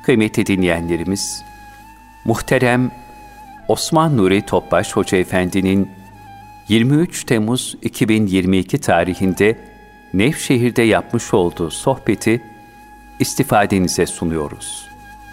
Kıymetli dinleyenlerimiz, muhterem Osman Nuri Topbaş Hoca Efendi'nin 23 Temmuz 2022 tarihinde Nevşehir'de yapmış olduğu sohbeti istifadenize sunuyoruz.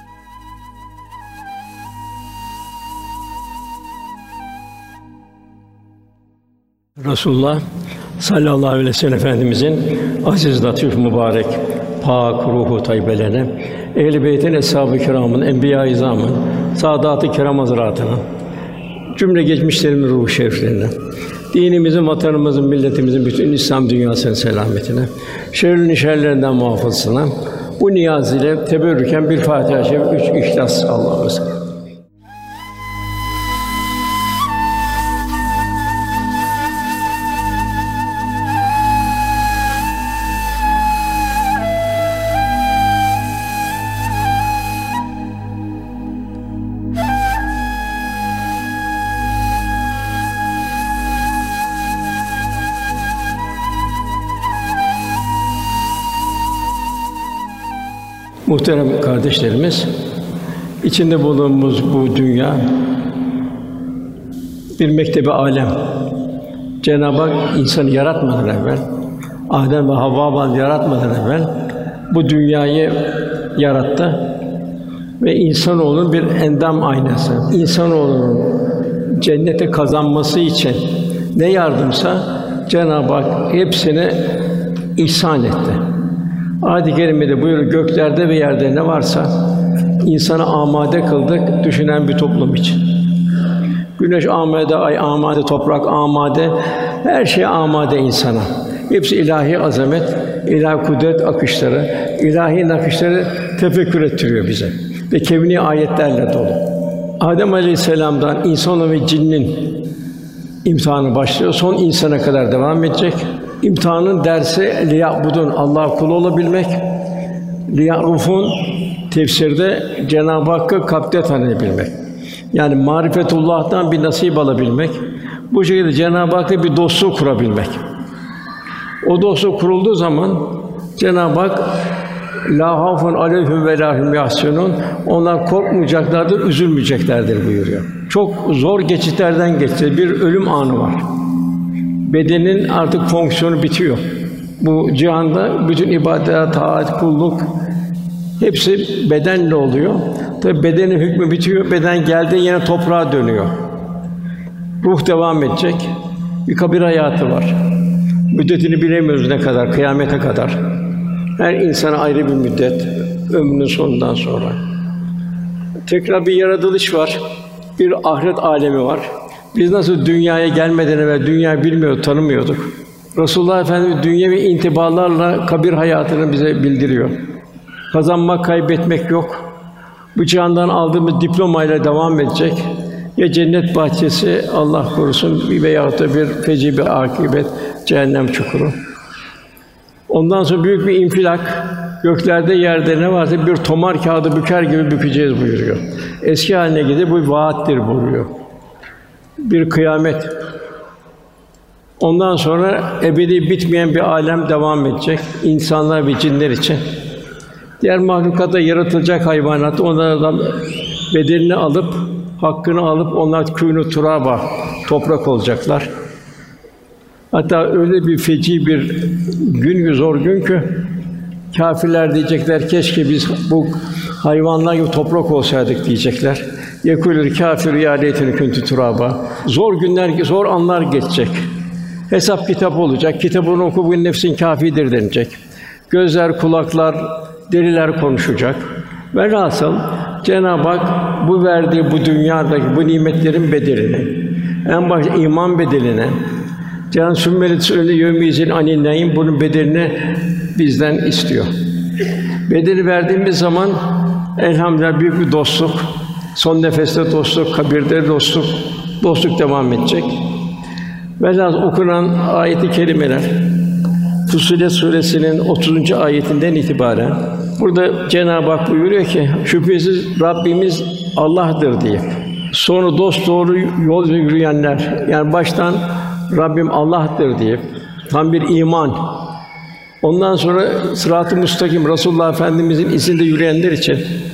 Resulullah sallallahu aleyhi ve sellem Efendimizin aziz, latif, mübarek, pak ruhu tayyibelerine, ehl-i beytin, eshab-ı kiramın, enbiya-i izamın, saadat-ı kiram hazretlerine, cümle geçmişlerin ruhu şeriflerine, dinimizin, vatanımızın, milletimizin, bütün İslam dünyasının selametine, şerrin şerlerinden muhafazasına, bu niyaz ile teberrüken bir Fatiha-i Şerif, 3 İhlas Allah'ımız. Muhterem kardeşlerimiz, içinde bulunduğumuz bu dünya bir mektebi alem. Cenab-ı Hak insanı yaratmadan evvel, Adem ve Havva'yı yaratmadan evvel bu dünyayı yarattı ve insanoğlunun bir endam aynası. İnsanoğlunun cennete kazanması için ne yardımsa Cenab-ı Hak hepsini ihsan etti. Âd-i kerimede buyuruyor, göklerde ve yerde ne varsa insanı amade kıldık düşünen bir toplum için. Güneş amade, ay amade, toprak amade, her şey amade insana. Hepsi ilahi azamet, ilahi kudret akışları, ilahi nakışları tefekkür ettiriyor bize ve kevni ayetlerle dolu. Adem Aleyhisselam'dan insan ve cinnin imtihanı başlıyor, son insana kadar devam edecek. İmtihanın dersi liya'budun, Allah kulu olabilmek. Liya'rufun tefsirde Cenab-ı Hakk'ı kalpte tanıyabilmek. Yani marifetullah'tan bir nasip alabilmek. Bu şekilde Cenab-ı Hak'la bir dostluk kurabilmek. O dostluk kurulduğu zaman Cenab-ı Hak lâ hâfun aleyhim ve lâ hum yahzunûn, onlar korkmayacaklardır, üzülmeyeceklerdir buyuruyor. Çok zor geçitlerden geçti. Bir ölüm anı var. Bedenin artık fonksiyonu bitiyor. Bu cihanda bütün ibadet, taat, kulluk hepsi bedenle oluyor. Tabi bedenin hükmü bitiyor. Beden geldi yine toprağa dönüyor. Ruh devam edecek. Bir kabir hayatı var. Müddetini bilemiyoruz ne kadar, kıyamete kadar. Her insana ayrı bir müddet, ömrünün sonundan sonra. Tekrar bir yaratılış var. Bir ahiret alemi var. Biz nasıl dünyaya gelmeden evvel dünyayı bilmiyor, tanımıyorduk. Resulullah Efendimiz dünyevi intibalarla kabir hayatını bize bildiriyor. Kazanmak, kaybetmek yok. Bu cihandan aldığımız diplomayla devam edecek. Ya cennet bahçesi, Allah korusun, veyahut da bir feci bir akıbet, cehennem çukuru. Ondan sonra büyük bir infilak, göklerde yerde ne varsa bir tomar kağıdı büker gibi bükeceğiz buyuruyor. Eski haline gelir, bu vaattir buyuruyor. Bir kıyamet. Ondan sonra ebedi bitmeyen bir alem devam edecek insanlar ve cinler için. Diğer mahlukata yaratılacak hayvanat onlardan bedelini alıp hakkını alıp onlar kûnû turâba, toprak olacaklar. Hatta öyle bir feci bir gün, zor gün ki kâfirler diyecekler, keşke biz bu hayvanlar gibi toprak olsaydık diyecekler. Yekulül kâfir ya leyteni kuntu turâba. Zor günler, zor anlar geçecek. Hesap kitap olacak. Kitabını oku, bu nefsin kâfidir denilecek. Gözler, kulaklar, deriler konuşacak. Velhasıl Cenab-ı Hak bu verdiği bu dünyadaki bu nimetlerin bedelini, en başta iman bedelini, Cenab-ı Sümmelet söyle yevmiyizin anin bunun bedelini bizden istiyor. Bedeli verdiğimiz zaman elhamdülillah büyük bir dostluk, son nefeste dostluk, kabirde dostluk, dostluk devam edecek. Velhâsıl okunan ayet-i kerimeler Fussilet Sûresinin 30. ayetinden itibaren burada Cenab-ı Hak buyuruyor ki şüphesiz Rabbimiz Allah'tır diye. Sonra dosdoğru yol yürüyenler, yani baştan Rabbim Allah'tır diye tam bir iman. Ondan sonra sırat-ı müstakim Resulullah Efendimizin izinde yürüyenler için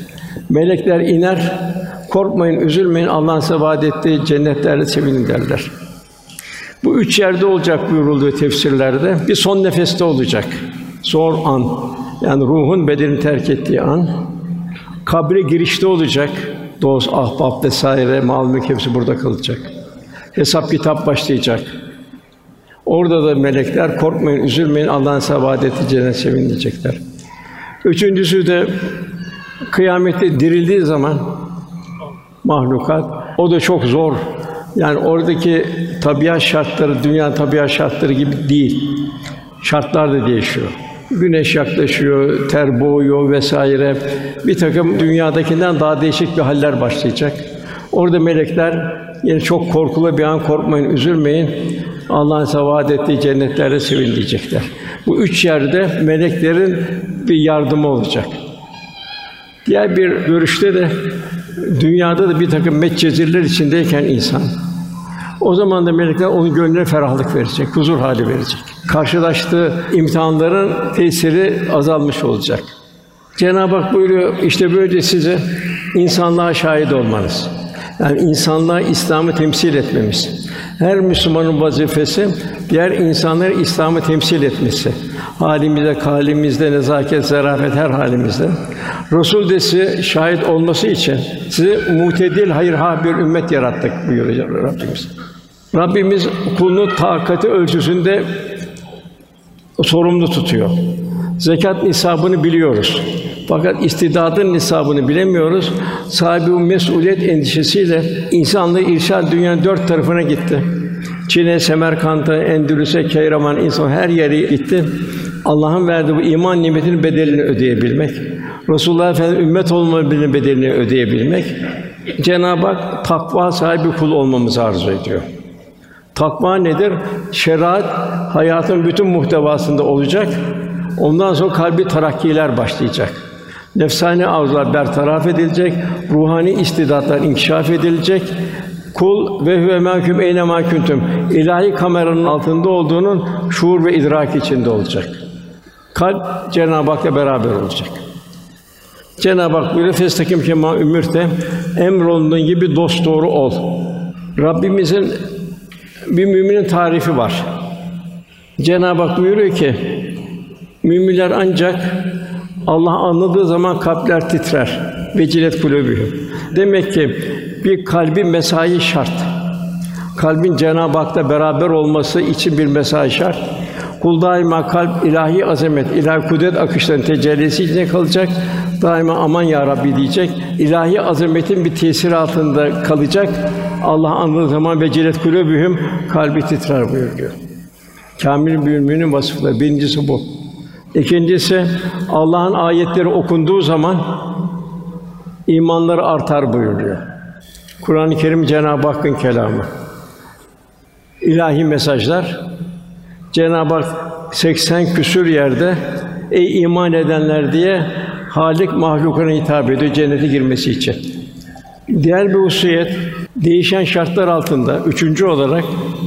Melekler iner, korkmayın, üzülmeyin, Allah'ın size vaad ettiği cennetlerle sevinin derler. Bu üç yerde olacak buyurulduğu tefsirlerde. Bir son nefeste olacak. Zor an. Yani ruhun bedeni terk ettiği an. Kabre girişte olacak. Dost, ahbap vesaire, mal mülk hepsi burada kalacak. Hesap kitap başlayacak. Orada da melekler korkmayın, üzülmeyin, Allah'ın size vaad ettiği cennet sevinin diyecekler. Üçüncüsü de kıyamette dirildiği zaman mahlukat, o da çok zor. Yani oradaki tabiat şartları, dünya tabiat şartları gibi değil. Şartlar da değişiyor. Güneş yaklaşıyor, ter boğuyor vesaire. Bir takım dünyadakinden daha değişik bir haller başlayacak. Orada melekler yine çok korkulu bir an, korkmayın, üzülmeyin, Allah'ın size vaad ettiği cennetlerde sevin diyecekler. Bu üç yerde meleklerin bir yardımı olacak. Diğer bir görüşte de dünyada da bir takım metcezirler içindeyken insan, o zaman da melekler onun gönlüne ferahlık verecek, huzur hali verecek. Karşılaştığı imtihanların tesiri azalmış olacak. Cenab-ı Hak buyuruyor, işte böylece size insanlığa şahit olmanız. Yani insanlığa İslam'ı temsil etmemiz. Her Müslümanın vazifesi diğer insanları İslam'ı temsil etmesi. Halimizde, kalimizde, nezaket, zarafet her halimizde. Resul de size şahit olması için sizi mutedil, hayırhâ bir ümmet yarattık buyuruyor Rabbimiz. Rabbimiz kulunu takati ölçüsünde sorumlu tutuyor. Zekat nisabını biliyoruz. Fakat istidadın nisabını bilemiyoruz. Sahibi bu mesuliyet endişesiyle insanlığı irşad dünyanın dört tarafına gitti. Çin'e, Semerkant'a, Endülüs'e, Keyraman, insan her yere gitti. Allah'ın verdiği bu iman nimetinin bedelini ödeyebilmek, Resulullah Efendimiz ümmet olmanın bedelini ödeyebilmek, Cenab-ı Hak takva sahibi kul olmamızı arzu ediyor. Takva nedir? Şeriat hayatın bütün muhtevasında olacak. Ondan sonra kalbi terakkiler başlayacak. Nefsani arzular bertaraf edilecek, ruhani istidatlar inkişaf edilecek. Kul ve huve mâkûm eyne mâ kuntum. İlahi kameranın altında olduğunun şuur ve idrak içinde olacak. Kalp Cenab-ı Hak'la beraber olacak. Cenab-ı Hak buyuruyor: "Festakim kemâ ümirte." Emrolunduğun gibi dosdoğru ol. Rabbimizin bir müminin tarifi var. Cenab-ı Hak buyuruyor ki, müminler ancak Allah anladığı zaman kalpler titrer. Vecilet kulûbühüm. Demek ki bir kalbin mesai şart. Kalbin Cenab-ı Hak'la beraber olması için bir mesai şart. Kul daima kalp ilahi azamet, ilahi kudret akışlarının tecellisi içinde kalacak. Daima aman ya Rabbi diyecek. İlahi azametin bir tesiri altında kalacak. Allah anladığı zaman vecilet kulûbühüm, kalbi titrer buyuruyor. Kâmil bir müminin vasıfları birincisi bu. İkincisi, Allah'ın ayetleri okunduğu zaman imanları artar buyuruyor. Kur'an-ı Kerim Cenab-ı Hakk'ın kelamı. İlahi mesajlar. Cenab-ı Hak 80 küsur yerde ey iman edenler diye Hâlik mahlukuna hitap ediyor cennete girmesi için. Diğer bir hususiyet, değişen şartlar altında üçüncü olarak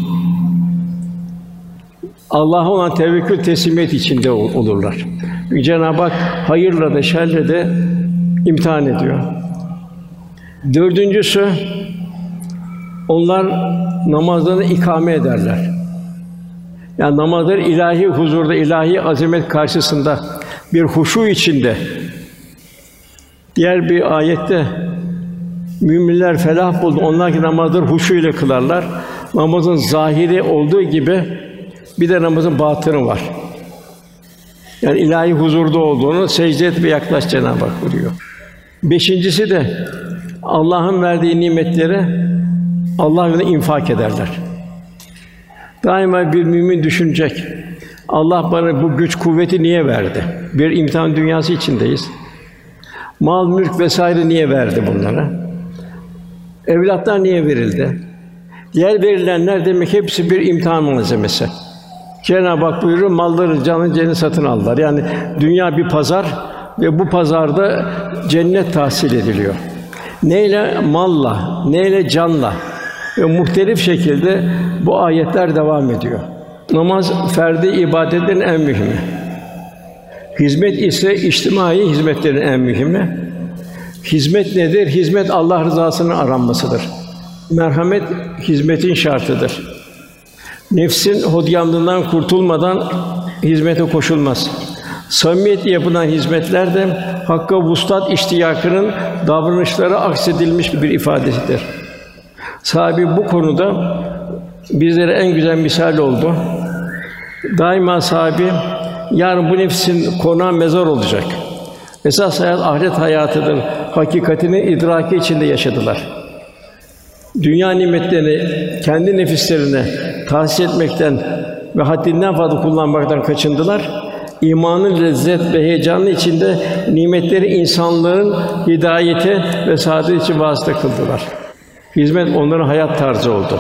Allah'a olan tevekkül, teslimiyet içinde olurlar. Çünkü Cenab-ı Hak hayırla da şerle de imtihan ediyor. Dördüncüsü, onlar namazlarını ikame ederler. Yani namazlar ilahi huzurda, ilahi azamet karşısında bir huşu içinde. Diğer bir ayette müminler felah buldu. Onlar ki namazları huşu ile kılarlar. Namazın zahiri olduğu gibi bir de namazın batını var. Yani ilahi huzurda olduğunu secde et ve yaklaş Cenab-ı Hak buyuruyor. Beşincisi de Allah'ın verdiği nimetleri Allah yolunda infak ederler. Daima bir mümin düşünecek. Allah bana bu güç kuvveti niye verdi? Bir imtihan dünyası içindeyiz. Mal, mülk vesaire niye verdi bunlara? Evlatlar niye verildi? Diğer verilenler demek hepsi bir imtihan malzemesi. Cenab-ı Hak buyuruyor, malları, canı, cennet satın aldılar. Yani dünya bir pazar ve bu pazarda cennet tahsil ediliyor. Neyle? Malla, neyle? Canla. Ve muhtelif şekilde bu ayetler devam ediyor. Namaz ferdi ibadetlerin en mühimi. Hizmet ise içtimai hizmetlerin en mühimi. Hizmet nedir? Hizmet Allah rızasının aranmasıdır. Merhamet hizmetin şartıdır. Nefsin hodgamlığından kurtulmadan hizmete koşulmaz. Samimiyetle yapılan hizmetler de hakka vuslat iştiyakının davranışlara aksedilmiş bir ifadesidir. Sahabi bu konuda bizlere en güzel misal oldu. Daima sahabi, yarın bu nefsin konağı mezar olacak. Esas hayat ahiret hayatıdır. Hakikatini idraki içinde yaşadılar. Dünya nimetlerini kendi nefislerine tahsis etmekten ve haddinden fazla kullanmaktan kaçındılar. İmanın lezzet ve heyecanı içinde nimetleri insanlığın hidayete ve saadet için vasıta kıldılar. Hizmet onların hayat tarzı oldu.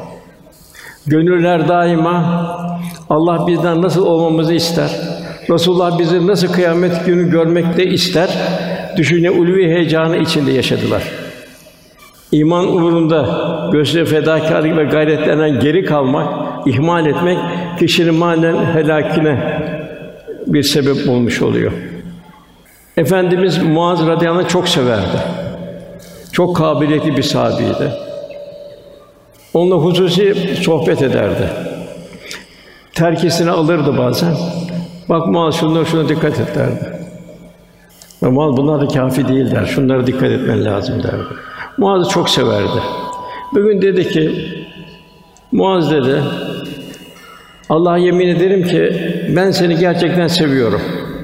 Gönüller daima Allah bizden nasıl olmamızı ister, Resulullah bizi nasıl kıyamet günü görmekte ister, düşünce ulvi heyecanı içinde yaşadılar. İman uğrunda gösteri fedakârlık ve gayretlerinden geri kalmak, ihmal etmek kişinin manen helâkine bir sebep olmuş oluyor. Efendimiz Muaz radıyallahu anh çok severdi. Çok kabiliyetli bir sahabiydi. Onunla hususi sohbet ederdi. Terkisini alırdı bazen. Bak Muaz şuna dikkat et derdi. Ve Muaz bunlar da kâfi değil der. Şunlara dikkat etmen lazım derdi. Muaz'ı çok severdi. Bugün dedi ki, Muaz dedi, Allah'a yemin ederim ki ben seni gerçekten seviyorum.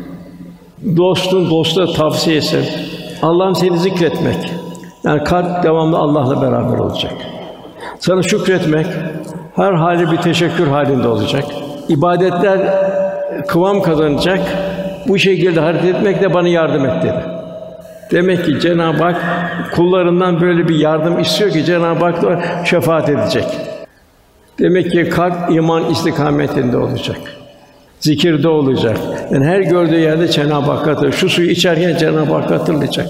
Dostun dosta tavsiyesi, Allah'ım seni zikretmek. Yani kalp devamlı Allah'la beraber olacak. Sana şükretmek, her hali bir teşekkür halinde olacak. İbadetler kıvam kazanacak. Bu şekilde hareket etmek de bana yardım et dedi. Demek ki Cenab-ı Hak kullarından böyle bir yardım istiyor ki Cenab-ı Hak da şefaat edecek. Demek ki kalp iman istikametinde olacak. Zikirde olacak. Yani her gördüğü yerde Cenab-ı Hak hatırlayacak. Şu suyu içerken Cenab-ı Hak hatırlayacak.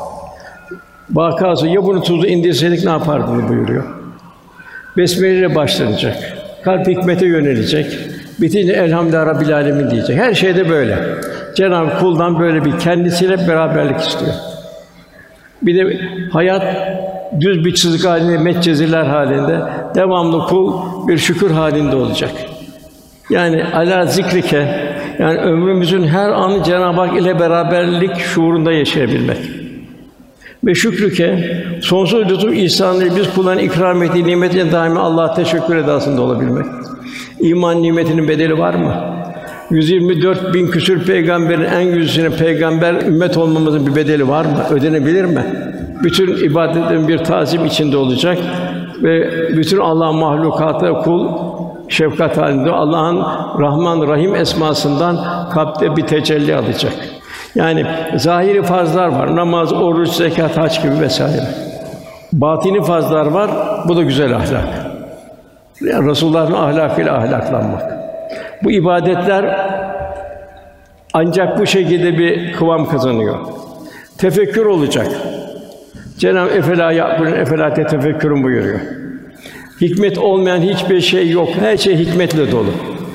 Vakası ya bunu tuzu indirseydik ne yapardın buyuruyor. Besmele ile başlanacak. Kalp hikmete yönelecek. Bitince elhamdülillah Rabbil âlemin diyecek. Her şeyde böyle. Cenab-ı Hak kuldan böyle bir kendisiyle beraberlik istiyor. Bir de hayat düz bir çizgi halinde, metcezirler halinde devamlı kul bir şükür halinde olacak. Yani alâ zikrike, yani ömrümüzün her anı Cenab-ı Hak ile beraberlik şuurunda yaşayabilmek. Ve şükrüke, sonsuz lütuf ihsanıyla biz kulların ikram ettiği nimetine daima Allah'a teşekkür edasında olabilmek. İman nimetinin bedeli var mı? 124.000 küsur peygamberin en güzelsine peygamber ümmet olmamızın bir bedeli var mı? Ödenebilir mi? Bütün ibadetlerin bir tazim içinde olacak ve bütün Allah'ın mahlukata kul şefkat halinde Allah'ın Rahman Rahim esmasından kalpte bir tecelli alacak. Yani zahiri farzlar var. Namaz, oruç, zekat, hac gibi vesaire. Batini farzlar var. Bu da güzel ahlak. Yani Resulullah'ın ahlakıyla ahlaklanmak. Bu ibadetler ancak bu şekilde bir kıvam kazanıyor. Tefekkür olacak. Cenab-ı Efela ya'kulun efela tetefekkürün buyuruyor. Hikmet olmayan hiçbir şey yok. Her şey hikmetle dolu.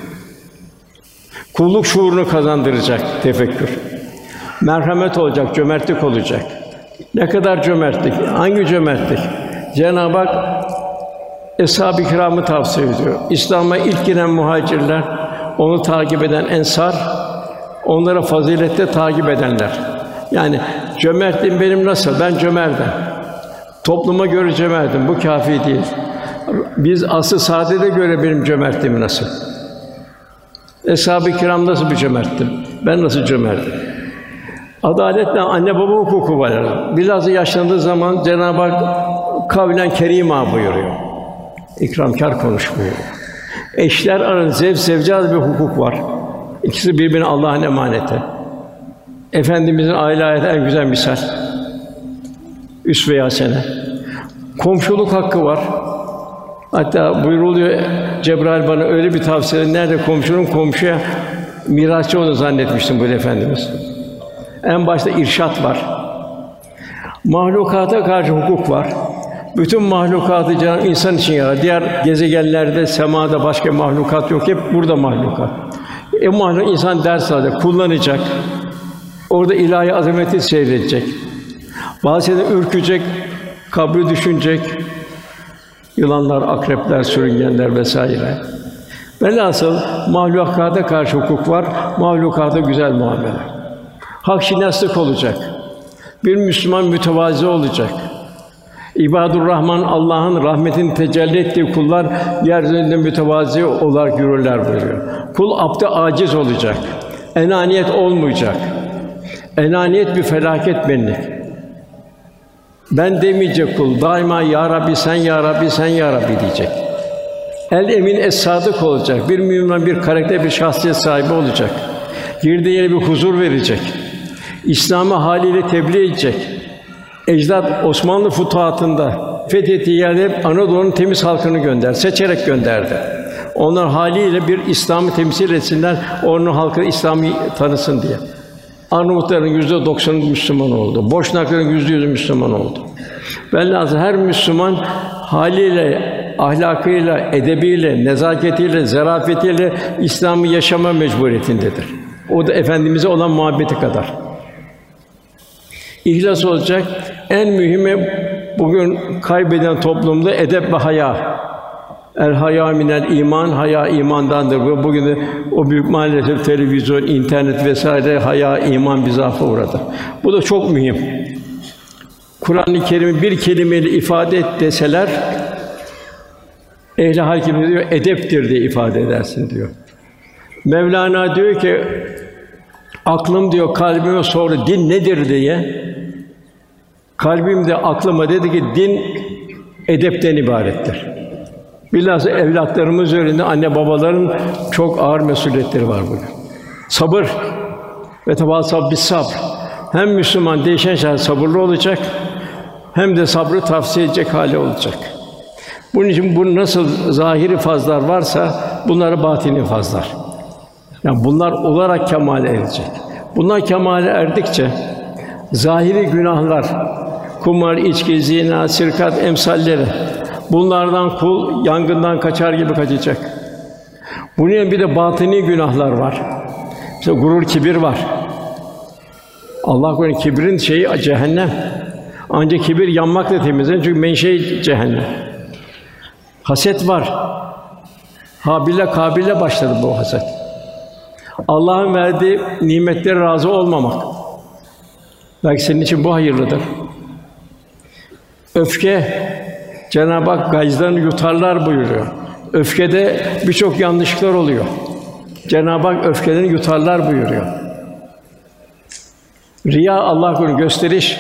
Kulluk şuurunu kazandıracak tefekkür. Merhamet olacak, cömertlik olacak. Ne kadar cömertlik? Hangi cömertlik? Cenab-ı Hak Eshab-ı Kiram'ı tavsiye ediyor. İslam'a ilk giren muhacirler, onu takip eden ensar, onlara fazilette takip edenler. Yani cömertliğim benim nasıl? Ben cömertim. Topluma göre cömertim. Bu kâfi değil. Biz asıl saadete göre benim cömertliğim nasıl? Eshab-ı Kiram nasıl bir cömerttim? Ben nasıl cömertim? Adaletle anne baba hukuku var. Bilhassa yaşlandığı zaman Cenab-ı Hak kavlen kerîmâ buyuruyor. İkramkâr konuş buyuruyor. Eşler arasında zevcâz bir hukuk var. İkisi birbirine Allah'ın emaneti. Efendimizin aile hayatı en güzel misal. Üsve-i hasene. Komşuluk hakkı var. Hatta buyruluyor Cebrail bana öyle bir tavsiye nerede komşunun komşuya mirasçı olduğunu zannetmiştim böyle Efendimiz. En başta irşat var. Mahlukata karşı hukuk var. Bütün mahlukatı Cenab-ı insan için yarattı. Diğer gezegenlerde, semada başka mahlukat yok. Hep burada mahlukat. Mahluk insan ders alacak, kullanacak. Orada ilahi azameti seyredecek. Bazen ürkecek, kabri düşünecek, yılanlar, akrepler, sürüngenler vesaire. Velhasıl mahlukata karşı hukuk var, mahlukata güzel muamele. Hakşinaslık olacak. Bir Müslüman mütevazi olacak. İbadur-Rahman, Allah'ın rahmetinin tecelli ettiği kullar yeryüzünde mütevazi olarak yürürler buyuruyor. Kul abd-ı aciz olacak. Enaniyet olmayacak. Enaniyet bir felaket benlik. Ben demeyecek kul, daima ya Rabbi sen ya Rabbi sen ya Rabbi diyecek. El emin es-sadık olacak. Bir mümin bir karakter, bir şahsiyet sahibi olacak. Girdiği yere bir huzur verecek. İslam'ı haliyle tebliğ edecek. Ecdat Osmanlı futuhatında fethettiği yerde hep Anadolu'nun temiz halkını gönderdi, seçerek gönderdi. Onlar haliyle bir İslam'ı temsil etsinler, onun halkı İslam'ı tanısın diye. Arnavutların %90'ı Müslüman oldu. Boşnakların %100'ü Müslüman oldu. Velhâsıl her Müslüman haliyle, ahlakıyla, edebiyle, nezaketiyle, zarafetiyle İslam'ı yaşama mecburiyetindedir. O da Efendimiz'e olan muhabbeti kadar. İhlas olacak. En mühimi bugün kaybeden toplumda edep ve haya. El haya minel iman, haya imandandır. Bugün de o büyük maalesef televizyon, internet vesaire haya iman bizafa uğradı. Bu da çok mühim. Kur'an-ı Kerim'i bir kelimeyle ifade et deseler, ehl-i hakim diyor edeptir diye ifade edersin diyor. Mevlana diyor ki aklım diyor kalbime sordu din nedir diye. Kalbim de aklıma dedi ki din edepten ibarettir. Bilhassa evlatlarımız üzerinde anne babaların çok ağır mesuliyetleri var bugün. Sabır ve tevâsav bis-sabr. Hem Müslüman değişen şart sabırlı olacak, hem de sabrı tavsiye edecek hali olacak. Bunun için bu nasıl zahiri fazlar varsa bunları batini fazlar. Yani bunlar olarak kemale erecek. Bunlar kemale erdikçe zahiri günahlar, kumar, içki, zina, sirkat emsalleri bunlardan kul yangından kaçar gibi kaçacak. Bunun bir de batini günahlar var. Mesela gurur, kibir var. Allah korusun kibrin şeyi cehennem. Ancak kibir yanmakla temizlenir çünkü menşei cehennem. Haset var. Habil'le Kabil'le başladı bu haset. Allah'ın verdiği nimetlere razı olmamak. Belki senin için bu hayırlıdır. Öfke, Cenab-ı Hak gayzlarını yutarlar buyuruyor. Öfkede birçok yanlışlıklar oluyor. Cenab-ı Hak öfkelerini yutarlar buyuruyor. Riya, Allah korusun, gösteriş.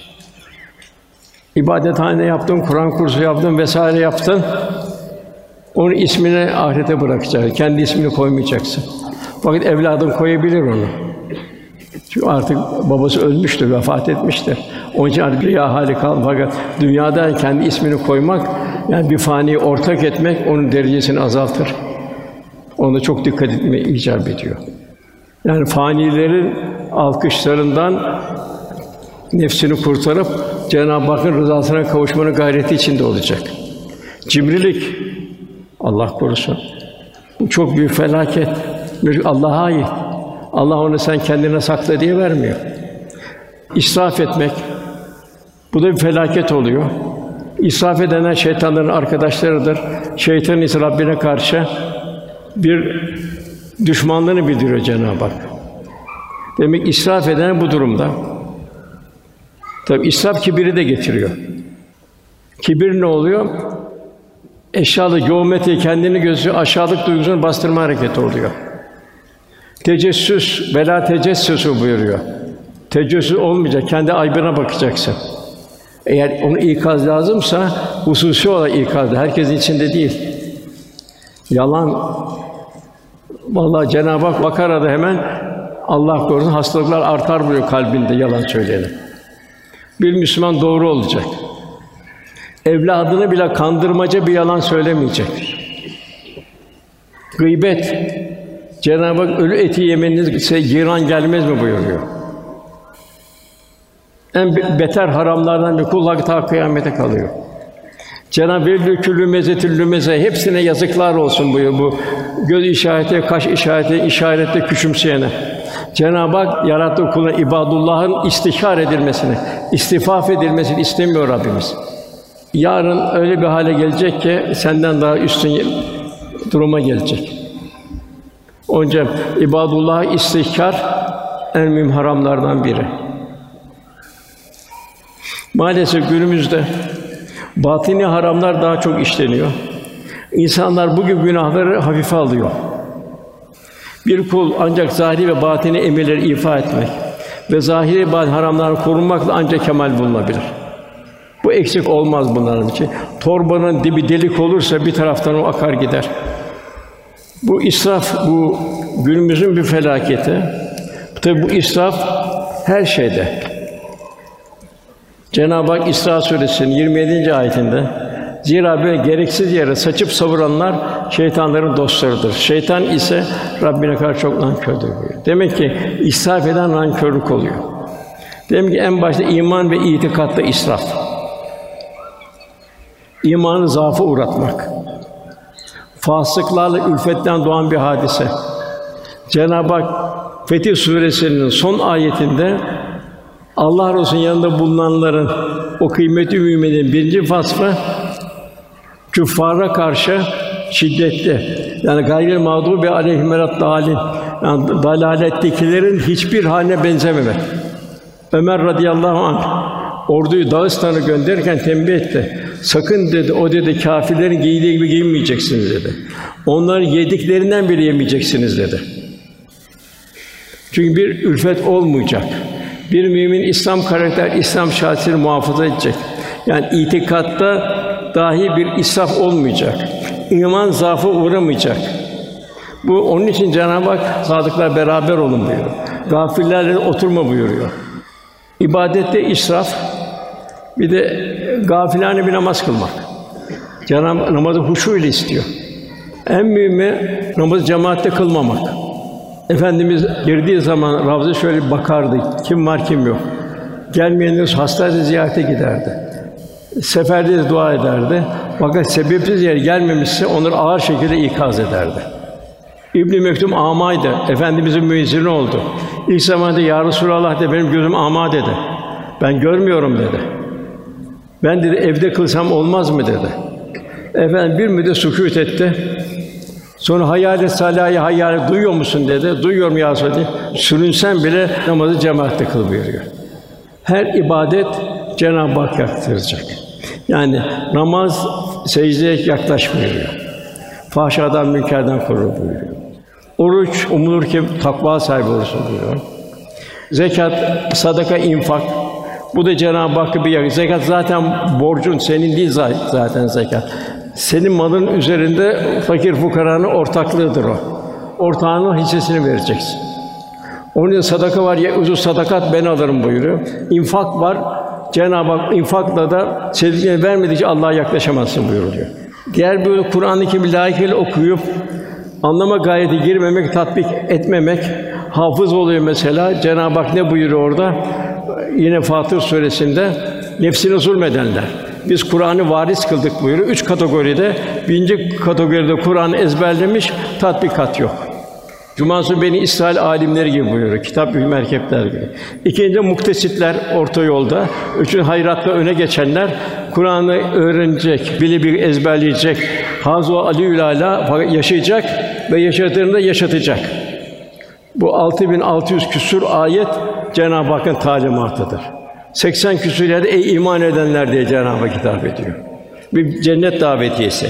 İbadethane yaptın, Kur'an kursu yaptın vesaire yaptın. Onun ismini ahirete bırakacaksın. Kendi ismini koymayacaksın. Fakat evladın koyabilir onu. Çünkü artık babası ölmüştür, vefat etmiştir. Onun için artık riya hali kalmadı. Fakat dünyada kendi ismini koymak, yani bir faniyi ortak etmek, onun derecesini azaltır. Ona çok dikkat etme icap ediyor. Yani fanilerin alkışlarından nefsini kurtarıp Cenab-ı Hakk'ın rızasına kavuşmanın gayreti içinde olacak. Cimrilik, Allah korusun. Bu çok büyük felaket. Allah'a ait. Allah onu sen kendine sakla diye vermiyor. İsraf etmek, bu da bir felaket oluyor. İsraf edenler şeytanların arkadaşlarıdır. Şeytan ise Rabbine karşı bir düşmanlığını bildiriyor Cenab-ı Hak. Demek israf eden bu durumda. Tabii israf kibiri de getiriyor. Kibir ne oluyor? Eşyalı geometri kendini gösteriyor, aşağılık duygusunu bastırma hareketi oluyor. Tecessüs, vela tecessüsü buyuruyor. Tecessüs olmayacak, kendi aybına bakacaksın. Eğer onu ikaz lazımsa, hususi olarak ikaz, herkesin içinde değil. Yalan, vallahi Cenab-ı Hak Bakara'da hemen Allah korusun hastalıklar artar buyuruyor kalbinde yalan söyleyene. Bir Müslüman doğru olacak. Evladını bile kandırmaca bir yalan söylemeyecek. Gıybet, Cenab-ı Hak ölü eti yemenize giran gelmez mi buyuruyor. En beter haramlardan bir kul hak ta kıyamete kalıyor. Cenab-ı Velü küllü mezetül lümeze, hepsine yazıklar olsun buyuruyor bu göz işareti, kaş işareti, işarette küçümseyene. Cenab-ı Hak yarattığı kuluna ibadullah'ın istihkar edilmesini, istifaf edilmesini istemiyor Rabbimiz. Yarın öyle bir hale gelecek ki senden daha üstün duruma gelecek. Onun için ibadullah'a istihkar en mühim haramlardan biri. Maalesef günümüzde batini haramlar daha çok işleniyor. İnsanlar bugün günahları hafife alıyor. Bir kul ancak zahiri ve batini emirleri ifa etmek ve zahiri batini haramlardan korunmakla ancak kemal bulunabilir. Bu eksik olmaz bunların için. Torbanın dibi delik olursa bir taraftan o akar gider. Bu israf, bu günümüzün bir felaketi. Tabi bu israf her şeyde. Cenab-ı Hak İsra Suresi'nin 27. ayetinde zira böyle gereksiz yere saçıp savuranlar şeytanların dostlarıdır. Şeytan ise Rabbine karşı çok nankördür buyuruyor. Demek ki israf eden nankörlük oluyor. Demek ki en başta iman ve itikatta israf. İmanı zaafa uğratmak. Fasıklarla ülfetten doğan bir hadise. Cenab-ı Hak Fetih Suresi'nin son ayetinde Allah Resulü'nün yanında bulunanların o kıymetli müminin birinci vasfı küffara karşı şiddetli. Yani gayri mağdûbi aleyhim veleddâlin. Yani dalalettekilerin hiçbir haline benzememek. Ömer radıyallahu anh orduyu Dağıstan'a gönderirken tembih etti. Sakın dedi, o dedi kâfirlerin giydiği gibi giyinmeyeceksiniz dedi. Onların yediklerinden bile yemeyeceksiniz dedi. Çünkü bir ülfet olmayacak. Bir mümin İslam karakter, İslam şahsiyetini muhafaza edecek. Yani itikatta dahi bir israf olmayacak. İman zaafı uğramayacak. Bu onun için Cenab-ı Hak sadıklar beraber olun buyuruyor. Gafillerle oturma buyuruyor. İbadette israf, bir de gafilane bir namaz kılmak. Cenab-ı Hak namazı huşu ile istiyor. En mühimi namazı cemaatte kılmamak. Efendimiz girdiği zaman Ravza şöyle bakardı. Kim var kim yok. Gelmeyenler hastanede ziyarete giderdi. Seferde dua ederdi. Fakat sebepsiz yere gelmemişse onları ağır şekilde ikaz ederdi. İbn Mektum âmaydı. Efendimizin müezzini oldu. İlk zamanda ya Resulallah dedi, benim gözüm âmâ dedi. Ben görmüyorum dedi. Ben dedi evde kılsam olmaz mı dedi. Efendim bir müddet sükût etti. Sonra hayal-i salâhı hayal duyuyor musun dedi. Duyuyorum ya Resulallah. Sürünsen bile namazı cemaatle kıl buyuruyor. Her ibadet Cenab-ı Hak yaktıracak. Yani namaz secdeye yaklaş buyuruyor. Fahşadan, münkerden korur buyuruyor. Oruç umulur ki takva sahibi olursun buyuruyor. Zekat, sadaka, infak. Bu da Cenab-ı Hakk'a bir yak. Zekat zaten borcun, senin değil zaten zekat. Senin malın üzerinde fakir fukaranın ortaklığıdır o. Ortağının hissesini vereceksin. Onun için sadaka var, ya uzun sadakat ben alırım buyuruyor. İnfak var. Cenab-ı Hak infakla da sevdiklerini vermedikçe Allah'a yaklaşamazsın buyuruyor. Diğer bir Kur'an-ı Kerim'i layıkıyla okuyup anlama gayreti girmemek, tatbik etmemek, hafız oluyor mesela. Cenab-ı Hak ne buyuruyor orada? Yine Fatır Suresi'nde nefsine zulmedenler. Biz Kur'an'ı varis kıldık buyuruyor. 3 kategoride. Birinci kategoride Kur'an'ı ezberlemiş, tatbikat yok. Cumansız Beni İsrail âlimleri gibi buyuruyor. Kitap merkepler gibi. İkinci muktesitler orta yolda. Üçüncü hayratla öne geçenler Kur'an'ı öğrenecek, bile ezberleyecek. Hazu Aliül Âlâ yaşayacak ve yaşadığında yaşatacak. Bu 6600 küsur ayet Cenab-ı Hakk'ın talimatıdır. 80 küsur yerde ey iman edenler diye Cenab-ı Hak hitap ediyor. Bir cennet davetiyesi.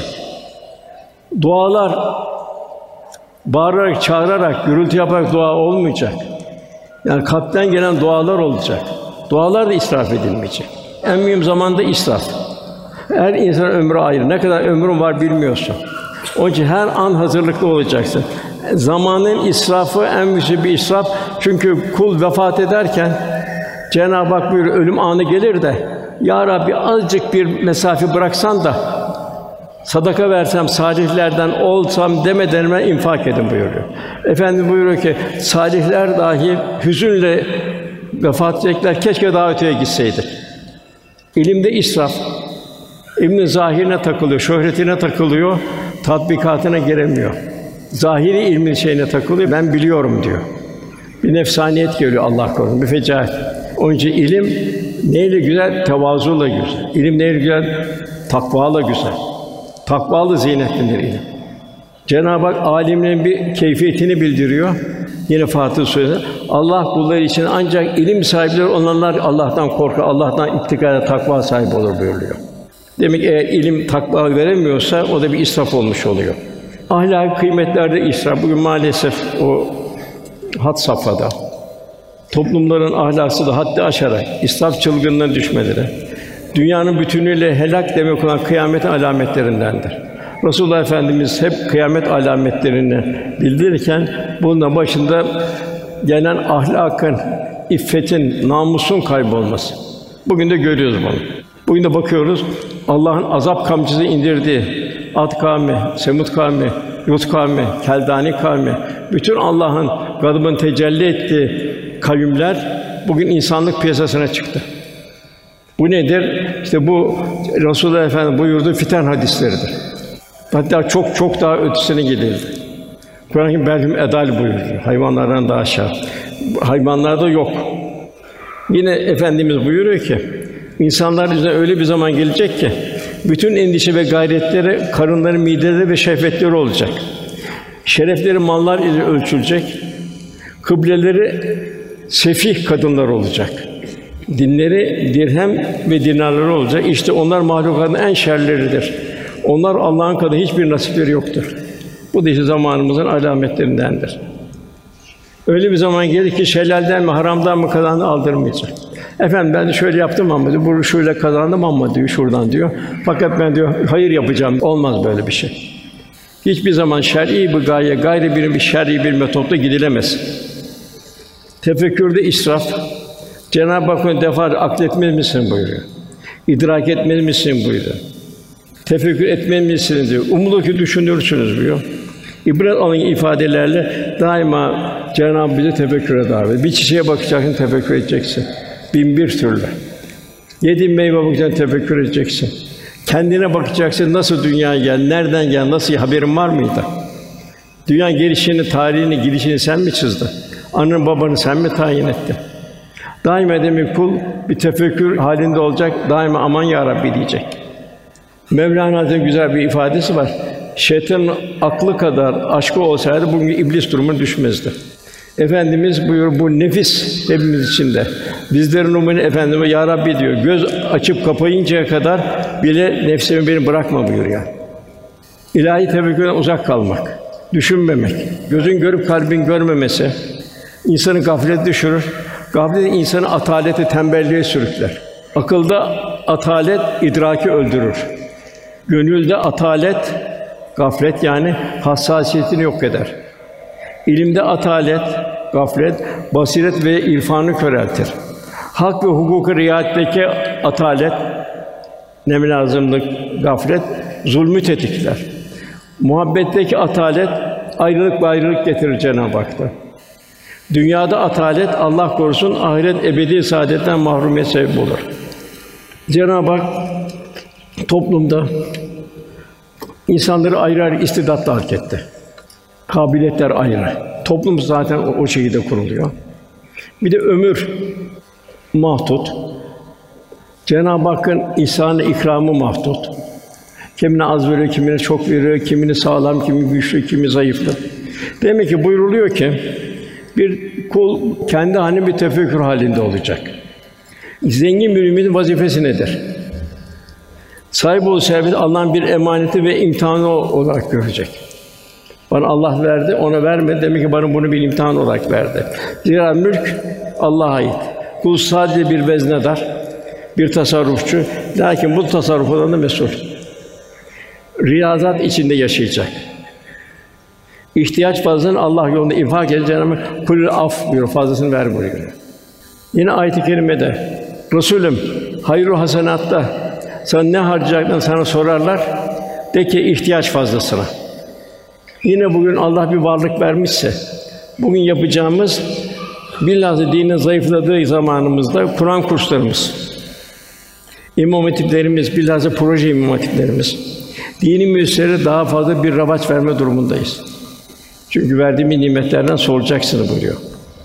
Dualar bağırarak, çağırarak, gürültü yaparak dua olmayacak. Yani kalpten gelen dualar olacak. Dualar da israf edilmeyecek. En mühim zamanda israf. Her insan ömrü ayrı. Ne kadar ömrün var bilmiyorsun. Onun için her an hazırlıklı olacaksın. Zamanın israfı en mühim bir israf. Çünkü kul vefat ederken Cenab-ı Hak buyuruyor, ölüm anı gelir de ya Rabbi azıcık bir mesafe bıraksan da sadaka versem, salihlerden olsam demeden hemen infak edin buyuruyor. Efendimiz buyuruyor ki salihler dahi hüzünle vefat edecekler, keşke daha öteye gitseydik. İlimde israf, İlmin zahirine takılıyor, şöhretine takılıyor, tatbikatına giremiyor. Zahiri ilmin şeyine takılıyor, ben biliyorum diyor. Bir nefsaniyet geliyor Allah korusun, bir fecaat. Onun için ilim neyle güzel? Tevazuyla güzel. İlim neyle güzel? Takvayla güzel. Takvalı zinetlidir ilim. Cenab-ı Hak âlimlerin bir keyfiyetini bildiriyor. Yine Fatih Suresi. Allah kulları için ancak ilim sahipleri olanlar Allah'tan korkar, Allah'tan ittikâ, takva sahibi olur buyuruyor. Demek ki eğer ilim takva veremiyorsa o da bir israf olmuş oluyor. Ahlaki kıymetlerde israf. Bugün maalesef o had safhada. Toplumların ahlakı da haddi aşarak israf çılgınlığına düşmeleri, dünyanın bütünüyle helak demek olan kıyamet alametlerindendir. Resulullah Efendimiz hep kıyamet alametlerini bildirirken bunun başında gelen ahlakın, iffetin, namusun kaybolması. Bugün de görüyoruz bunu. Bugün de bakıyoruz Allah'ın azap kamçısı indirdiği Ad kavmi, Semud kavmi, Lut kavmi, Keldani kavmi, bütün Allah'ın gadabını tecelli ettiği kavimler bugün insanlık piyasasına çıktı. Bu nedir? İşte bu Resulullah Efendimiz buyurduğu fiten hadisleridir. Hatta çok daha ötesine gidildi. Kur'an-ı Kerim belhum edal buyuruyor. Hayvanlardan daha aşağı. Hayvanlarda yok. Yine Efendimiz buyuruyor ki insanlar üzerine öyle bir zaman gelecek ki bütün endişe ve gayretleri karınları, mideleri ve şehvetleri olacak. Şerefleri mallar ile ölçülecek. Kıbleleri sefih kadınlar olacak. Dinleri dirhem ve dinarları olacak. İşte onlar mahlukatın en şerleridir. Onlar Allah'ın kadar hiçbir nasipleri yoktur. Bu da işte zamanımızın alametlerindendir. Öyle bir zaman gelir ki şelalden mi, haramdan mı kazandı aldırmayacak. Efendim ben de şöyle yaptım ama diyor, bu şöyle kazandım ama diyor, şuradan diyor. Fakat ben diyor, hayır yapacağım. Olmaz böyle bir şey. Hiçbir zaman şer'i bir gaye, gayri bir şer'i bir metotla gidilemez. Tefekkürde israf. Cenab-ı Hak defa akletmez misin buyuruyor. İdrak etmez misin buyuruyor. Tefekkür etmez misiniz diyor. Umulur ki düşünürsünüz diyor. İbret alın ifadelerle daima Cenab-ı Hak bizi tefekküre davet. Bir çiçeğe bakacaksın, tefekkür edeceksin. Bin bir türlü. Yediğin meyve bakacaksın, tefekkür edeceksin. Kendine bakacaksın, nasıl dünyaya gel, nereden gel, nasıl haberin var mıydı? Dünya gelişini, tarihini, gidişini sen mi çizdin? Ananı babanı sen mi tayin ettin? Daima demek kul bir tefekkür halinde olacak, daima aman ya Rabbi diyecek. Mevlana Hazretleri'nin güzel bir ifadesi var. Şeytanın aklı kadar aşkı olsaydı bugün iblis durumuna düşmezdi. Efendimiz buyuruyor bu nefis hepimiz içinde. Bizlerin numune Efendimiz ya Rabbi diyor. Göz açıp kapayıncaya kadar bile nefsimi beni bırakma buyuruyor. İlahi tefekkürden uzak kalmak, düşünmemek, gözün görüp kalbin görmemesi insanı gaflete düşürür. Gaflet insanı atalete, tembelliğe sürükler. Akılda atalet idraki öldürür. Gönülde atalet, gaflet yani hassasiyetini yok eder. İlimde atalet, gaflet, basiret ve irfanı köreltir. Hak ve hukuka riayetteki atalet, neml lazımlık, gaflet, zulmü tetikler. Muhabbetteki atalet, ayrılık ve ayrılık getirir Cenab-ı Hak'ta. Dünyada atalet, Allah korusun, ahiret ebedi saadetten mahrumiyet sebep olur. Cenab-ı Hak toplumda insanları ayrı ayrı istidatla hak etti. Kabiliyetler ayrı. Toplum zaten o şekilde kuruluyor. Bir de ömür mahdut. Cenab-ı Hakk'ın ihsan-ı ikramı mahdut. Kimine az veriyor, kimine çok veriyor, kimini sağlam, kimi güçlü, kimi zayıflı. Demek ki buyruluyor ki bir kul kendi halinde bir tefekkür halinde olacak. Zengin bir müminin vazifesi nedir? Sahip olduğu servet Allah'ın bir emaneti ve imtihanı olarak görecek. Bana Allah verdi, ona vermedi. Demek ki bana bunu bir imtihan olarak verdi. Zira mülk Allah'a ait. Kul sadece bir veznedar, bir tasarrufçu. Lakin bu tasarrufdan da mesul. Riyazat içinde yaşayacak. İhtiyaç fazlasını Allah yolunda infak edecek. Cenab-ı Hak kul af buyuruyor, fazlasını ver buyuruyor. Yine ayet-i kerimede Resulüm hayır-ı hasenatta sana ne harcayacaklarını sana sorarlar. De ki ihtiyaç fazlasına. Yine bugün Allah bir varlık vermişse bugün yapacağımız bilhassa dinin zayıfladığı zamanımızda Kur'an kurslarımız. İmam hatiplerimiz, bilhassa proje imam hatiplerimiz, dini müesseselere daha fazla bir ravaç verme durumundayız. Çünkü verdiğimiz nimetlerden soracaksınız buyuruyor.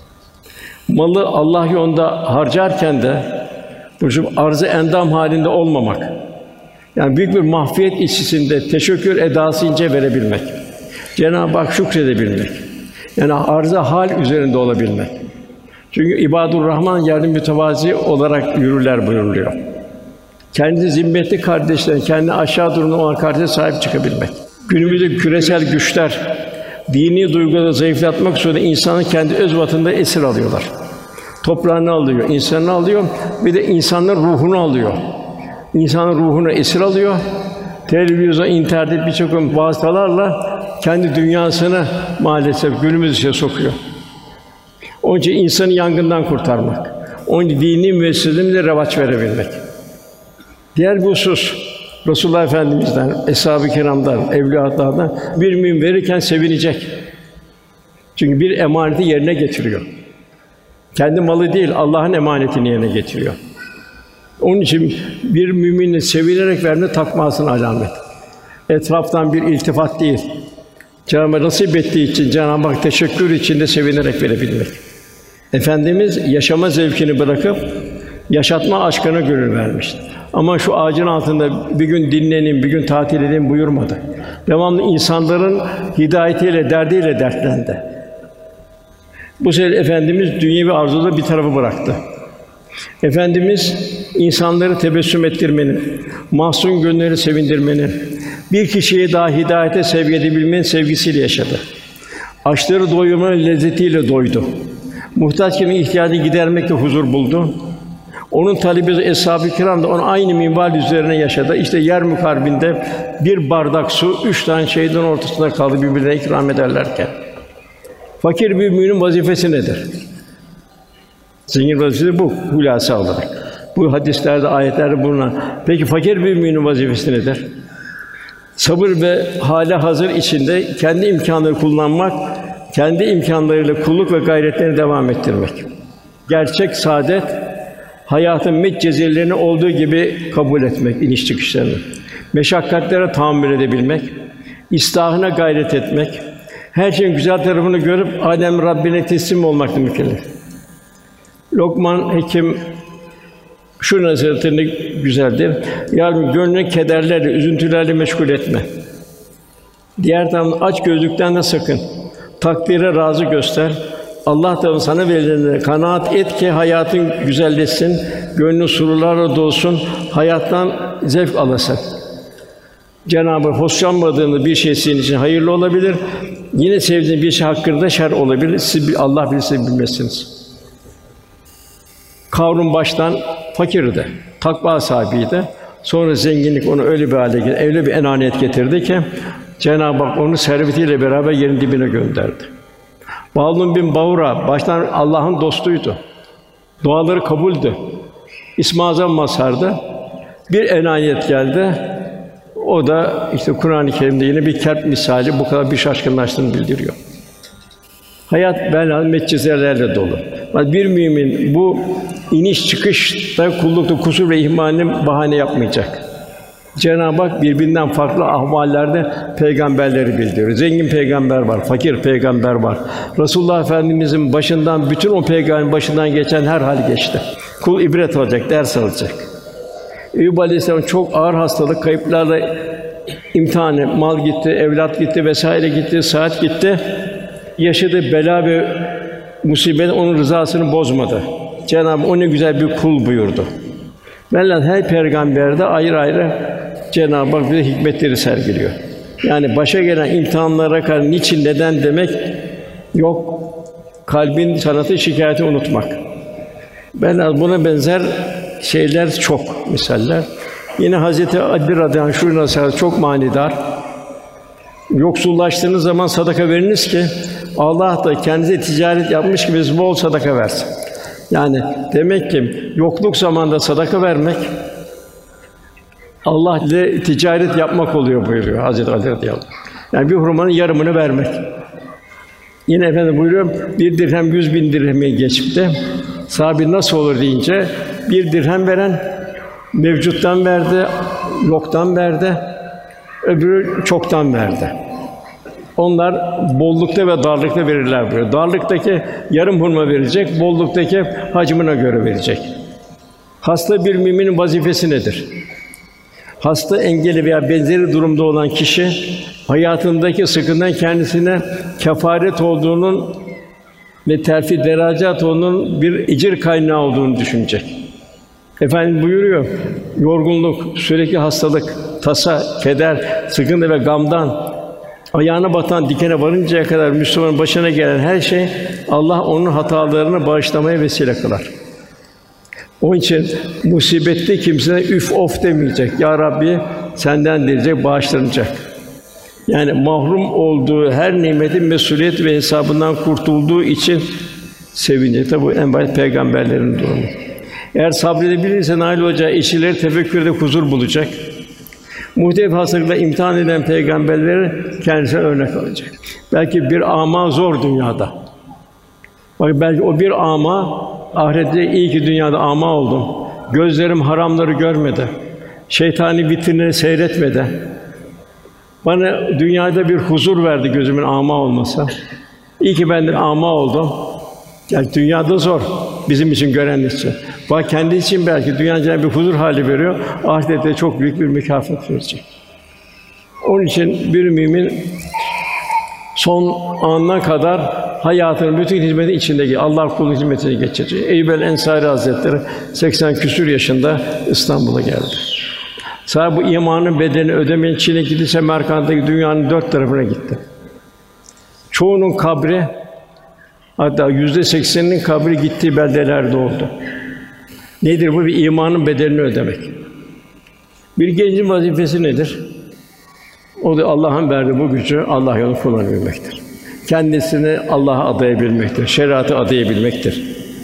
Malı Allah yolunda harcarken de bu arz-ı endam halinde olmamak, yani büyük bir mahfiyet içerisinde teşekkür edasınca verebilmek, Cenab-ı Hak şükredebilmek, yani arz-ı hal üzerinde olabilmek. Çünkü İbadur Rahman yardım mütevazi olarak yürürler buyuruluyor. Kendi zimmetli kardeşlerine, kendi aşağı durumda olan kardeşe sahip çıkabilmek. Günümüzde küresel güçler dini duyguları zayıflatmak üzere insanı kendi öz vatanında esir alıyorlar. Toprağını alıyor, insanını alıyor, bir de insanların ruhunu alıyor. İnsanın ruhunu esir alıyor. Televizyon, internet birçok vasıtalarla kendi dünyasını maalesef günümüz içine sokuyor. Onun için insanı yangından kurtarmak, onun için dini müesseselerimize revaç verebilmek. Diğer bir husus, Resulullah Efendimiz'den, Eshab-ı Kiram'dan, evliyalardan bir mümin verirken sevinecek. Çünkü bir emaneti yerine getiriyor. Kendi malı değil, Allah'ın emanetini yerine getiriyor. Onun için bir müminin sevinerek verme takmasının alamet. Etraftan bir iltifat değil. Cenab-ı Hak nasip ettiği için, Cenab-ı Hak teşekkür içinde sevinerek verebilmek. Efendimiz yaşama zevkini bırakıp yaşatma aşkına gönül vermişti. Ama şu ağacın altında bir gün dinlenin, bir gün tatil edin buyurmadı. Devamlı insanların hidayetiyle, derdiyle dertlendi. Bu sefer Efendimiz dünyevi arzuları bir tarafa bıraktı. Efendimiz insanları tebessüm ettirmenin, mahzun gönülleri sevindirmenin, bir kişiye daha hidayete sevk edebilmenin sevgisiyle yaşadı. Açları doyurmanın lezzetiyle doydu. Muhtaç kimin ihtiyacını gidermekle huzur buldu. Onun talebi Eshab-ı Kiram da onun aynı minval üzerine yaşadı. İşte Yermük Harbi'nde bir bardak su, 3 tane şehidin ortasında kaldı birbirine ikram ederlerken. Fakir bir müminin vazifesi nedir? Zengin vazifesi bu, hülasa olarak. Bu hadislerde, ayetlerde bulunan. Peki fakir bir müminin vazifesi nedir? Sabır ve hâle hazır içinde kendi imkânları kullanmak, kendi imkânlarıyla kulluk ve gayretlerini devam ettirmek. Gerçek saadet, hayatın metcezirlerini olduğu gibi kabul etmek, iniş çıkışlarını. Meşakkatlere tahammül edebilmek, islahına gayret etmek, her şeyin güzel tarafını görüp alem Rabbine teslim olmakla mükellef. Lokman Hekim şu nasihatini güzeldir. Yavrum gönlünü kederlerle, üzüntülerle meşgul etme. Diğer taraftan aç gözlükten de sakın. Takdire razı göster. Allah da sana verilenlere kanaat et ki hayatın güzelleşsin, gönlün sururlarla dolsun, hayattan zevk alasın. Cenab-ı Hak hoşlanmadığınız bir şey sizin için hayırlı olabilir. Yine sevdiğiniz bir şey hakkında şer olabilir. Siz Allah bilir, siz bilmezsiniz. Kârûn baştan fakirdi, takva sahibiydi. Sonra zenginlik onu öyle bir hale getirdi, öyle bir enaniyet getirdi ki Cenab-ı Hak onu servetiyle beraber yerin dibine gönderdi. Bâlûn bin Bavra baştan Allah'ın dostuydu. Duaları kabuldü. İsm-i Azam mazhardı. Bir enaniyet geldi. O da işte Kur'an-ı Kerim'de yine bir kerp misali bu kadar bir şaşkınlaştığını bildiriyor. Hayat bela metcezirlerle dolu. Bir mümin bu iniş çıkışta kullukta kusur ve ihmalini bahane yapmayacak. Cenab-ı Hak birbirinden farklı ahvallerde peygamberleri bildiriyor. Zengin peygamber var, fakir peygamber var. Resulullah Efendimizin başından bütün o peygamberin başından geçen her hal geçti. Kul ibret alacak, ders alacak. Eyüp Aleyhisselam çok ağır hastalık, kayıplarla imtihanı, mal gitti, evlat gitti vesaire gitti, saat gitti. Yaşadığı bela ve musibet onun rızasını bozmadı. Cenab-ı Hak o ne güzel bir kul buyurdu. Velhâsıl her peygamberde ayrı ayrı Cenab-ı Hak bize hikmetleri sergiliyor. Yani başa gelen imtihanlara karşı niçin, neden demek yok. Kalbin sanatı şikâyeti unutmak. Velhâsıl buna benzer şeyler çok misaller. Yine Hazreti Ali radıyallahu anh şu nasihat çok manidar. Yoksullaştığınız zaman sadaka veriniz ki Allah da kendinize ticaret yapmış gibi size bol sadaka versin. Yani demek ki yokluk zamanında sadaka vermek Allah ile ticaret yapmak oluyor buyuruyor Hazreti Ali radıyallahu anh. Yani bir hurmanın yarımını vermek. Yine Efendimiz buyuruyor, bir dirhem 100.000 dirhemi geçti. Sahabe nasıl olur deyince, bir dirhem veren Mevcuttan verdi, yoktan verdi, öbürü çoktan verdi. Onlar bollukta ve darlıkta verirler buyuruyor. Darlıktaki yarım hurma verecek, bolluktaki hacmine göre verecek. Hasta bir müminin vazifesi nedir? Hasta, engelli veya benzeri durumda olan kişi, hayatındaki sıkıntıdan kendisine kefaret olduğunun ve terfi derecat olduğunun bir ecir kaynağı olduğunu düşünecek. Efendim buyuruyor, yorgunluk, sürekli hastalık, tasa, keder, sıkıntı ve gamdan ayağına batan dikene varıncaya kadar Müslümanın başına gelen her şey Allah onun hatalarını bağışlamaya vesile kılar. Onun için musibette kimseye üf of demeyecek. Ya Rabbi senden diyecek, bağışlanacak. Yani mahrum olduğu her nimetin mesuliyet ve hesabından kurtulduğu için sevinecek. Tabi bu en basit peygamberlerin durumu. Eğer sabredebilirse nail olacağı eşileri tefekkürde huzur bulacak. Muhtelif hastalıkla imtihan eden peygamberleri kendisine örnek alacak. Belki bir ama zor dünyada. Bak belki o bir ama ahirette iyi ki dünyada ama oldum. Gözlerim haramları görmedi. Şeytani vitrinleri seyretmedi. Bana dünyada bir huzur verdi gözümün ama olmasa. İyi ki ben de ama oldum. Yani dünyada zor bizim için gören için. Bak kendi için belki dünyada bir huzur hali veriyor. Ahirette çok büyük bir mükafat verecek. Onun için bir mümin son anına kadar hayatının bütün hizmeti içinde Allah kulunun hizmetine geçirecek. Eyyub el-Ensari Hazretleri 80 küsur yaşında İstanbul'a geldi. Sahibi bu imanın bedelini ödemeyen Çin'e gitti, Semerkant'taki dünyanın dört tarafına gitti. Çoğunun kabri, hatta %80'inin kabri gittiği beldelerde oldu. Nedir bu? Bir imanın bedelini ödemek. Bir gencin vazifesi nedir? O da Allah'ın verdiği bu gücü Allah yolunda kullanabilmektir. Kendisini Allah'a adayabilmektir, şeriatı adayabilmektir.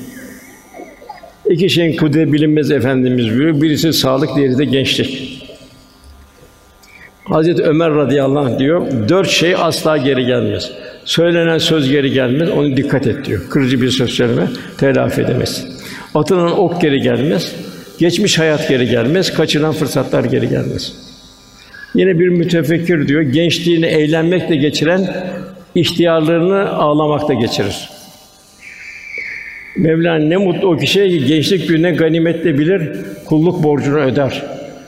İki şeyin kudreti bilinmez Efendimiz buyuruyor. Birisi sağlık, diğeri de gençlik. Hazreti Ömer radıyallahu anh diyor, 4 şey asla geri gelmez. Söylenen söz geri gelmez, onu dikkat et diyor. Kırıcı bir söz söyleme, telafi edemezsin. Atılan ok geri gelmez, geçmiş hayat geri gelmez, kaçırılan fırsatlar geri gelmez. Yine bir mütefekkir diyor, gençliğini eğlenmekle geçiren, ihtiyarlarını ağlamakla geçirir. Mevlana ne mutlu o kişiye ki gençlik gününe ganimetle bilir, kulluk borcunu öder.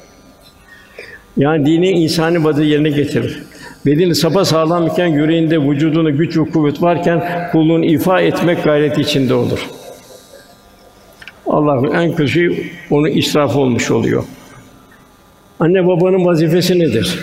Yani dini insani vaziyeti yerine getirir. Bedeni sapasağlam iken, yüreğinde, vücudunda güç ve kuvvet varken kulluğunu ifa etmek gayreti içinde olur. Allah'ın en kötü şey onun israfı olmuş oluyor. Anne babanın vazifesi nedir?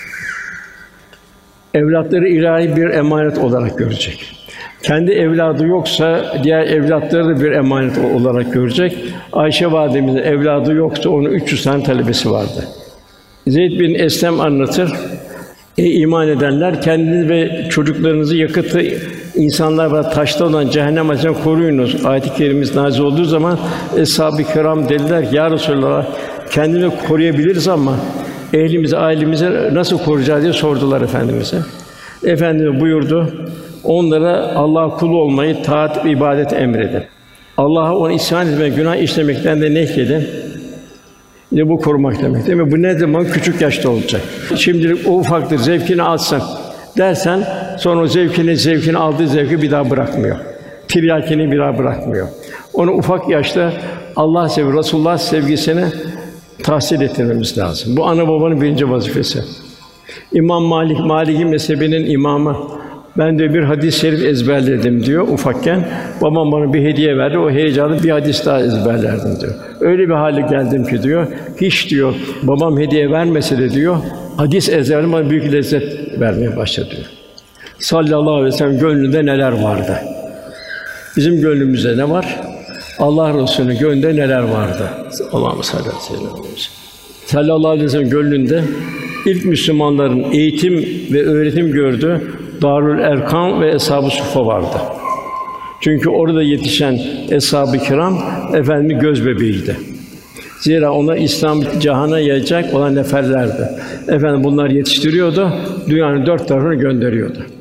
Evlatları ilahi bir emanet olarak görecek. Kendi evladı yoksa diğer evlatları da bir emanet olarak görecek. Ayşe validemizin evladı yoktu, onun 300 tane talebesi vardı. Zeyd bin Eslem anlatır. Ey iman edenler, kendinizi ve çocuklarınızı yakıtı insanlar ve taşta olan cehennem ateşinden koruyunuz. Ayet-i kerimemiz nazil olduğu zaman Eshab-ı Kiram dediler ki, ya Resulallah, kendini koruyabiliriz ama ehlimizi, ailemizi nasıl koruyacağız diye sordular Efendimiz'e. Efendimiz buyurdu, onlara Allah kulu olmayı, taat ve ibadet emredin. Allah'a ona isyan etmek, günah işlemekten de nehyedin. İşte bu korumak demek, değil mi? Bu ne zaman? Küçük yaşta olacak. Şimdilik o ufaktır, zevkini alsın dersen, sonra o zevkini aldığı zevki bir daha bırakmıyor. Tiryakini bir daha bırakmıyor. Onu ufak yaşta Allah sevgi, Resulullah sevgisini tahsil ettirmemiz lazım. Bu ana babanın birinci vazifesi. İmam Malik, Maliki mezhebinin imamı. Ben de bir hadis-i şerif ezberledim diyor ufakken. Babam bana bir hediye verdi. O heyecanla bir hadis daha ezberlerdim diyor. Öyle bir hale geldim ki diyor. Hiç diyor babam hediye vermese de diyor hadis ezberledim bana büyük lezzet vermeye başladı diyor. Sallallahu aleyhi ve sellem gönlünde neler vardı? Bizim gönlümüzde ne var? Allah Resulü'nün gönlünde neler vardı? Allah'ım sallallahu aleyhi ve sellem. Sallallahu aleyhi ve sellem gönlünde ilk Müslümanların eğitim ve öğretim gördüğü Darül Erkam ve Eshab-ı Suffa vardı. Çünkü orada yetişen Eshab-ı Kiram Efendimiz göz bebeğiydi. Zira onlar İslam cihana yayacak olan neferlerdi. Efendim bunlar yetiştiriyordu, dünyanın dört tarafına gönderiyordu.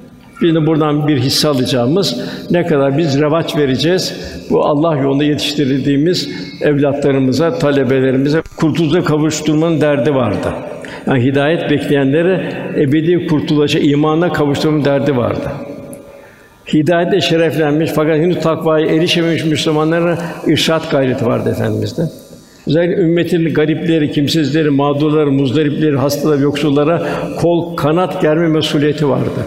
Biz de buradan bir hisse alacağımız, ne kadar biz revaç vereceğiz, bu Allah yolunda yetiştirildiğimiz evlatlarımıza, talebelerimize kurtuluşa kavuşturmanın derdi vardı. Yani hidayet bekleyenleri ebedi kurtuluşa, imana kavuşturmanın derdi vardı. Hidayetle şereflenmiş fakat henüz takvaya erişememiş Müslümanlara irşad gayreti vardı Efendimiz'de. Özellikle ümmetin garipleri, kimsizleri, mağdurları, muzdaripleri, hastaları, yoksullara kol kanat germe mesuliyeti vardı.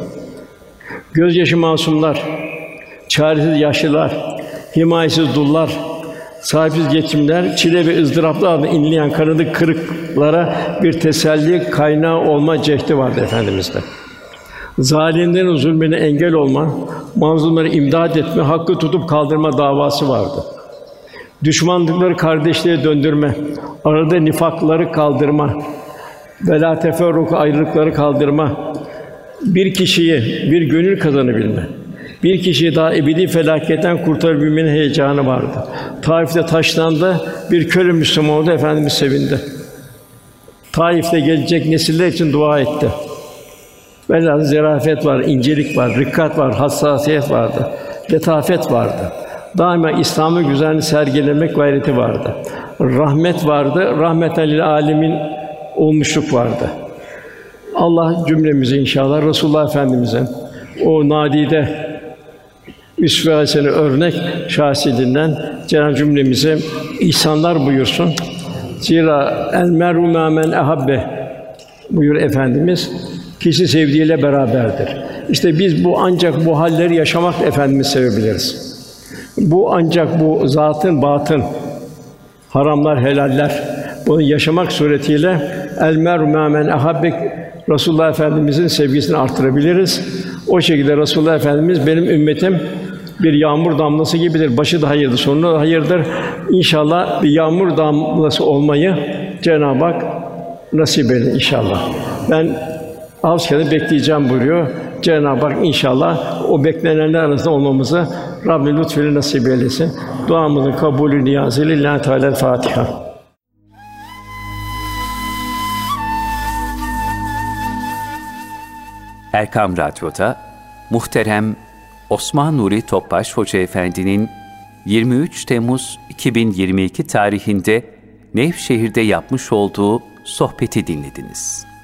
Gözyaşı masumlar, çaresiz yaşlılar, himayesiz dullar, sahipsiz yetimler, çile ve ızdıraplarla inleyen kanadı kırıklara bir teselli kaynağı olma cehdi vardı Efendimiz'de. Zalimlerin zulmüne engel olma, mazlumları imdad etme, hakkı tutup kaldırma davası vardı. Düşmanlıkları kardeşliğe döndürme, arada nifakları kaldırma, velâ teferruku ayrılıkları kaldırma, bir kişiyi, bir gönül kazanabilme, bir kişiyi daha ebedi felaketten kurtarabilmenin heyecanı vardı. Taif'te taşlandı, bir köle Müslüman oldu, Efendimiz sevindi. Taif'te gelecek nesiller için dua etti. Velhâsıl zerafet var, incelik var, rikkat var, hassasiyet vardı, letafet vardı. Daima İslam'ın güzelliğini sergilemek gayreti vardı. Rahmet vardı, rahmeten lil âlemin olmuşluk vardı. Allah cümlemizi inşallah Resulullah Efendimiz'e o nadide üsve-i hasene örnek şahsiyetinden Cenab-ı cümlemize ihsanlar buyursun. Zira el mer'u mâ men ehabbe buyur Efendimiz. Kişi sevdiğiyle beraberdir. İşte biz ancak bu halleri yaşamak Efendimiz sevebiliriz. Bu ancak bu zatın batın, haramlar, helaller, bunu yaşamak suretiyle el mer'u mâ men ehabbe Resulullah Efendimizin sevgisini artırabiliriz. O şekilde Resulullah Efendimiz benim ümmetim bir yağmur damlası gibidir. Başı da hayırdır, sonu da hayırdır. İnşallah bir yağmur damlası olmayı Cenab-ı Hak nasip eder inşallah. Ben Ağustos bekleyeceğim buyuruyor. Cenab-ı Hak inşallah o beklenenler arasında olmamızı Rabbim lütfuyla nasip eylesin. Duamızın kabulü niyazıyla Lillahi Teala-Fâtiha. Erkam Radyo'da muhterem Osman Nuri Topbaş Hoca Efendi'nin 23 Temmuz 2022 tarihinde Nevşehir'de yapmış olduğu sohbeti dinlediniz.